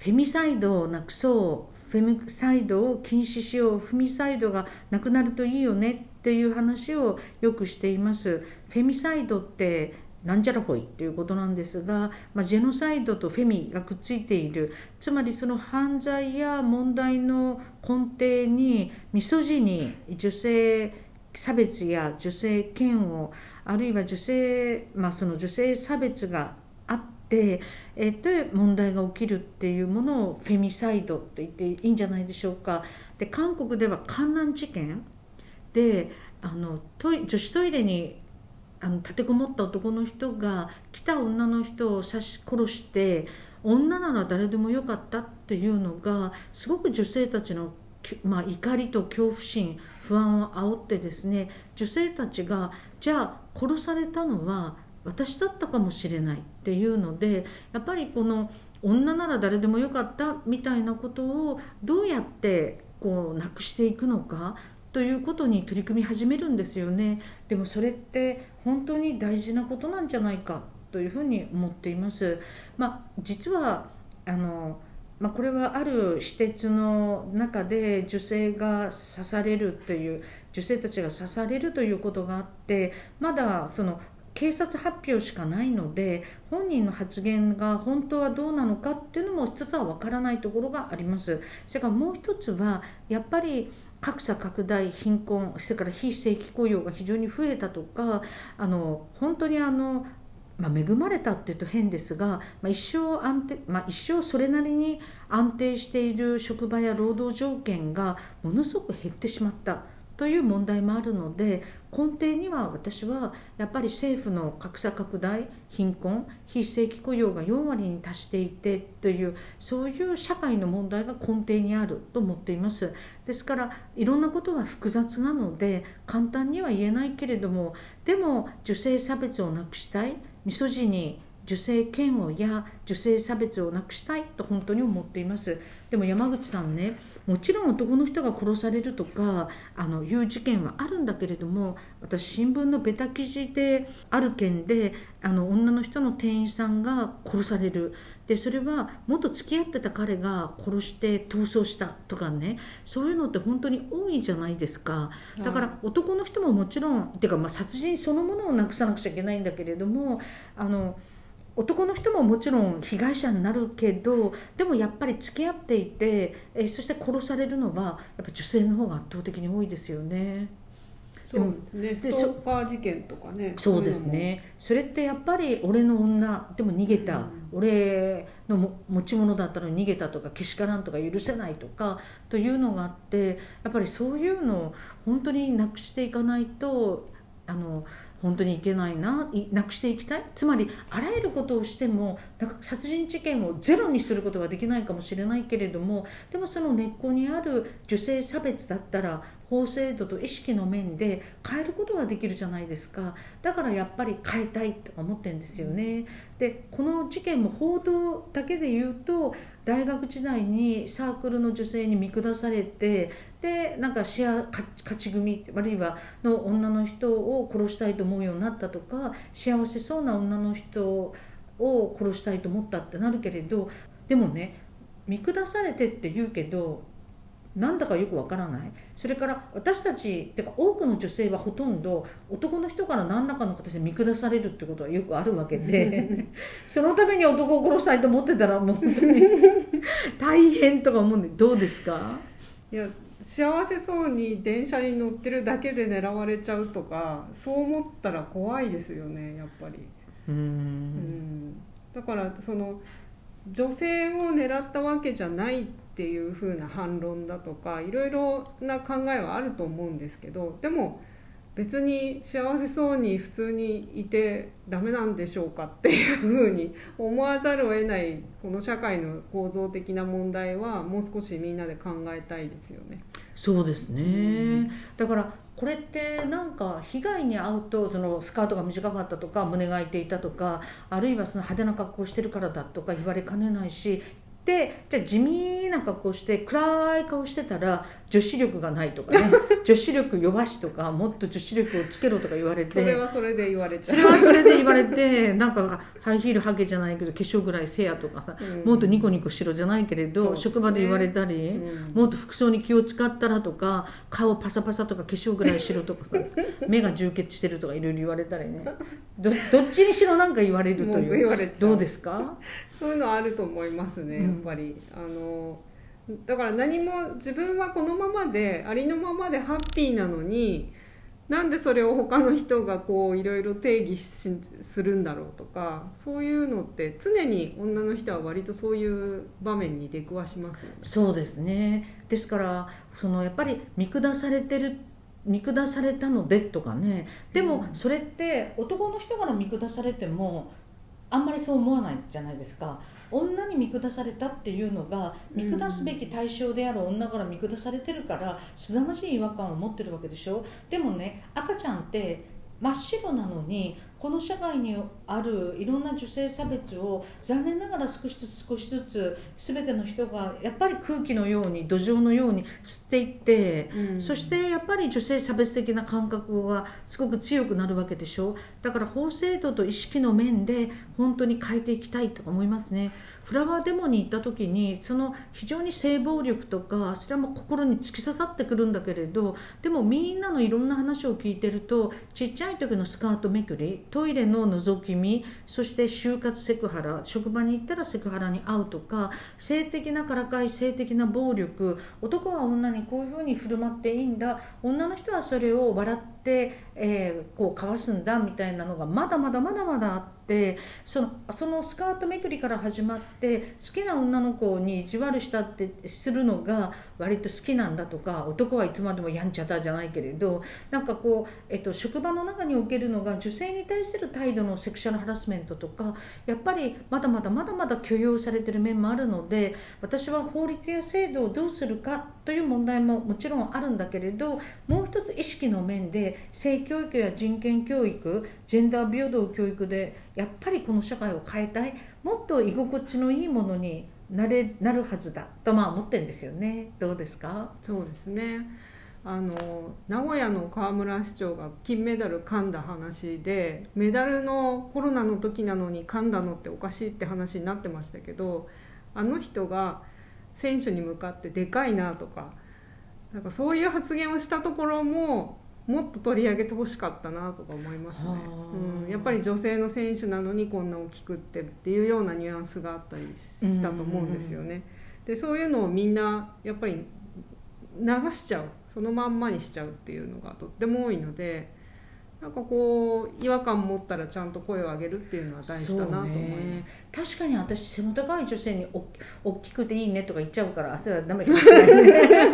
フェミサイドをなくそう、フェミサイドを禁止しよう、フェミサイドがなくなるといいよねっていう話をよくしています。フェミサイドってなんじゃらほいっていうことなんですが、ジェノサイドとフェミがくっついている、つまりその犯罪や問題の根底にミソジニー、女性差別や女性嫌悪、あるいはその女性差別があって、で問題が起きるっていうものをフェミサイドと言っていいんじゃないでしょうか。で韓国では江南事件で女子トイレに立てこもった男の人が来た女の人を殺して、女なら誰でもよかったっていうのがすごく女性たちの、怒りと恐怖心、不安を煽ってですね、女性たちがじゃあ殺されたのは私だったかもしれないっていうので、やっぱりこの女なら誰でもよかったみたいなことをどうやってなくしていくのかということに取り組み始めるんですよね。でもそれって本当に大事なことなんじゃないかというふうに思っています。実はこれはある私鉄の中で女性が刺されるという、女性たちが刺されるということがあって、まだその警察発表しかないので、本人の発言が本当はどうなのかっていうのも一つは分からないところがあります。それからもう一つはやっぱり格差拡大、貧困、それから非正規雇用が非常に増えたとか、本当に恵まれたっていうと変ですが、一生それなりに安定している職場や労働条件がものすごく減ってしまったという問題もあるので、根底には私はやっぱり政府の格差拡大、貧困、非正規雇用が4割に達していてという、そういう社会の問題が根底にあると思っています。ですからいろんなことが複雑なので簡単には言えないけれども、でも女性差別をなくしたい、ミソジニー、女性嫌悪や女性差別をなくしたいと本当に思っています。でも山口さんね、もちろん男の人が殺されるとかいう事件はあるんだけれども、私新聞のベタ記事である件で女の人の店員さんが殺される、でそれは元付き合ってた彼が殺して逃走したとかね、そういうのって本当に多いじゃないですか。だから男の人ももちろんてか、殺人そのものをなくさなくちゃいけないんだけれども、男の人ももちろん被害者になるけど、でもやっぱり付き合っていて、そして殺されるのはやっぱ女性の方が圧倒的に多いですよね。 そうですね、ストーカー事件とかね。 そうですね。それってやっぱり俺の女でも逃げた、俺の持ち物だったのに逃げたとか、けしからんとか許せないとかというのがあって、やっぱりそういうのを本当になくしていかないと本当にいけないなくしていきたい。つまりあらゆることをしても殺人事件をゼロにすることはできないかもしれないけれども、でもその根っこにある女性差別だったら法制度と意識の面で変えることはできるじゃないですか。だからやっぱり変えたいと思ってるんですよね。でこの事件も報道だけで言うと、大学時代にサークルの女性に見下されて、で勝ち組あるいはの女の人を殺したいと思うようになったとか、幸せそうな女の人を殺したいと思ったってなるけれど、でもね、見下されてって言うけどなんだかよくわからない。それから私たちってか多くの女性はほとんど男の人から何らかの形で見下されるってことはよくあるわけでそのために男を殺したいと思ってたらもう本当に大変とか思うんで、どうですか？ いや、幸せそうに電車に乗ってるだけで狙われちゃうとか、そう思ったら怖いですよね、やっぱり。だからその女性を狙ったわけじゃないっていう風な反論だとか、いろいろな考えはあると思うんですけど、でも別に幸せそうに普通にいてダメなんでしょうかっていう風に思わざるを得ないこの社会の構造的な問題はもう少しみんなで考えたいですよね。 そうですね。だからこれって被害に遭うと、そのスカートが短かったとか胸が開いていたとか、あるいはその派手な格好をしてるからだとか言われかねないし、 でじゃあ地味な格好して暗い顔してたら女子力がないとかね女子力弱しとかもっと女子力をつけろとか言われて、 それはそれで言われちゃう。 それはそれで言われてなんかハイヒールハゲじゃないけど化粧ぐらいせやとかさ、もっとニコニコしろじゃないけれど、職場で言われたり、もっと服装に気を使ったらとか顔パサパサとか化粧ぐらいしろとかさ目が充血してるとかいろいろ言われたりね、どっちにしろなんか言われるという。どうですか？ そういうのあると思いますね、やっぱり。だから何も自分はこのままでありのままでハッピーなのに、なんでそれを他の人がこういろいろ定義するんだろうとか、そういうのって常に女の人は割とそういう場面に出くわしますよね。 そうですね。ですからやっぱり見下されたのでとかね。でもそれって男の人から見下されてもあんまりそう思わないじゃないですか。女に見下されたっていうのが見下すべき対象である女から見下されてるからすさまじい違和感を持ってるわけでしょ。でもね、赤ちゃんって真っ白なのにこの社会にあるいろんな女性差別を残念ながら少しずつ全ての人がやっぱり空気のように土壌のように吸っていって、そしてやっぱり女性差別的な感覚がすごく強くなるわけでしょ。だから法制度と意識の面で本当に変えていきたいと思いますね。フラワーデモに行った時に非常に性暴力とかそれはもう心に突き刺さってくるんだけれど、でもみんなのいろんな話を聞いてるとちっちゃい時のスカートめくり、トイレの覗き見、そして就活セクハラ、職場に行ったらセクハラに遭うとか、性的なからかい、性的な暴力、男は女にこういうふうに振る舞っていいんだ、女の人はそれを笑って、こうかわすんだみたいなのがまだまだあって、そのスカートめくりから始まって好きな女の子に意地悪したってするのが割と好きなんだとか、男はいつまでもやんちゃだじゃないけれど、なんかこう、職場の中におけるのが女性に対する態度のセクシャルハラスメントとかやっぱりまだまだ許容されている面もあるので、私は法律や制度をどうするかという問題ももちろんあるんだけれど、もう一つ意識の面で性教育や人権教育、ジェンダー平等教育でやっぱりこの社会を変えたい、もっと居心地のいいものになるはずだと思ってるんですよね。どうですか？ そうですね。名古屋の河村市長が金メダル噛んだ話で、メダルのコロナの時なのに噛んだのっておかしいって話になってましたけど、あの人が選手に向かってでかいなとか、なんかそういう発言をしたところももっと取り上げてほしかったなとか思いますね。やっぱり女性の選手なのにこんな大きくっていうようなニュアンスがあったりしたと思うんですよね。でそういうのをみんなやっぱり流しちゃう、そのまんまにしちゃうっていうのがとっても多いので、なんかこう違和感持ったらちゃんと声を上げるっていうのは大事だなと思います。 確かに私背の高い女性に大きくていいねとか言っちゃうから、それはダメかもしれないね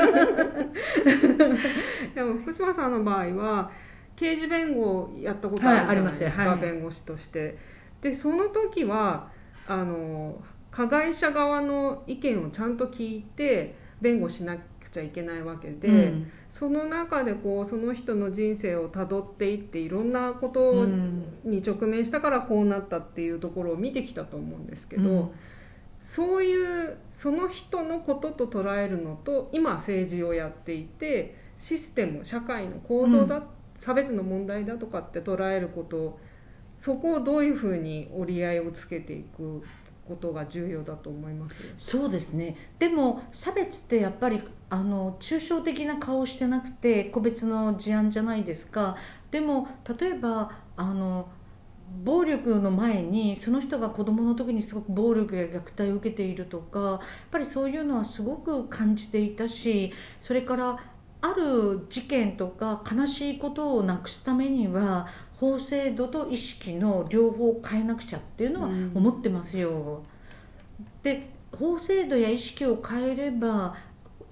でも福島さんの場合は刑事弁護をやったことあるじゃないですか、弁護士として。でその時は加害者側の意見をちゃんと聞いて弁護しなくちゃいけないわけで、その中でこうその人の人生をたどっていっていろんなことに直面したからこうなったっていうところを見てきたと思うんですけど、そういうその人のことと捉えるのと今政治をやっていてシステム、社会の構造だ、差別の問題だとかって捉えること、そこをどういうふうに折り合いをつけていくことが重要だと思います。 そうですね。でも差別ってやっぱり抽象的な顔してなくて個別の事案じゃないですか。でも例えば暴力の前にその人が子どもの時にすごく暴力や虐待を受けているとか、やっぱりそういうのはすごく感じていたし、それからある事件とか悲しいことをなくすためには法制度と意識の両方を変えなくちゃっていうのは思ってますよ。で法制度や意識を変えれば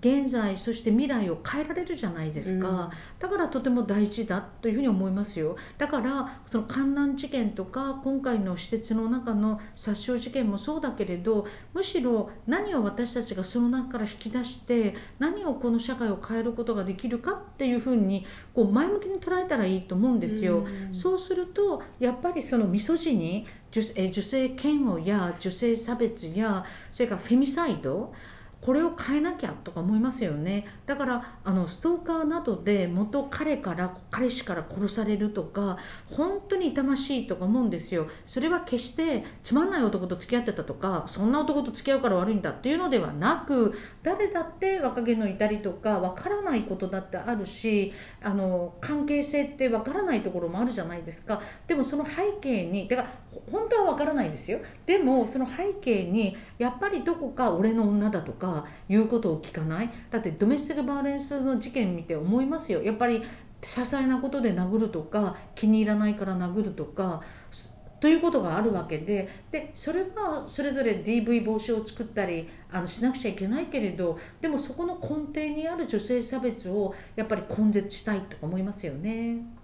現在そして未来を変えられるじゃないですか、だからとても大事だというふうに思いますよ。だからその観覧事件とか今回の施設の中の殺傷事件もそうだけれど、むしろ何を私たちがその中から引き出して何をこの社会を変えることができるかっていうふうにこう前向きに捉えたらいいと思うんですよ。そうするとやっぱりそのミソジニ、女性嫌悪や女性差別やそれからフェミサイド、これを変えなきゃとか思いますよね。だからストーカーなどで元彼氏から殺されるとか本当に痛ましいとか思うんですよ。それは決してつまんない男と付き合ってたとかそんな男と付き合うから悪いんだっていうのではなく、誰だって若気の至りとかわからないことだってあるし、関係性ってわからないところもあるじゃないですか。でもその背景に本当はわからないですよ。でもその背景にやっぱりどこか俺の女だとか言うことを聞かない。だってドメスティックバイオレンスの事件見て思いますよ。やっぱり些細なことで殴るとか気に入らないから殴るとかということがあるわけで、それはそれぞれ DV 防止を作ったりしなくちゃいけないけれど、でもそこの根底にある女性差別をやっぱり根絶したいと思いますよね。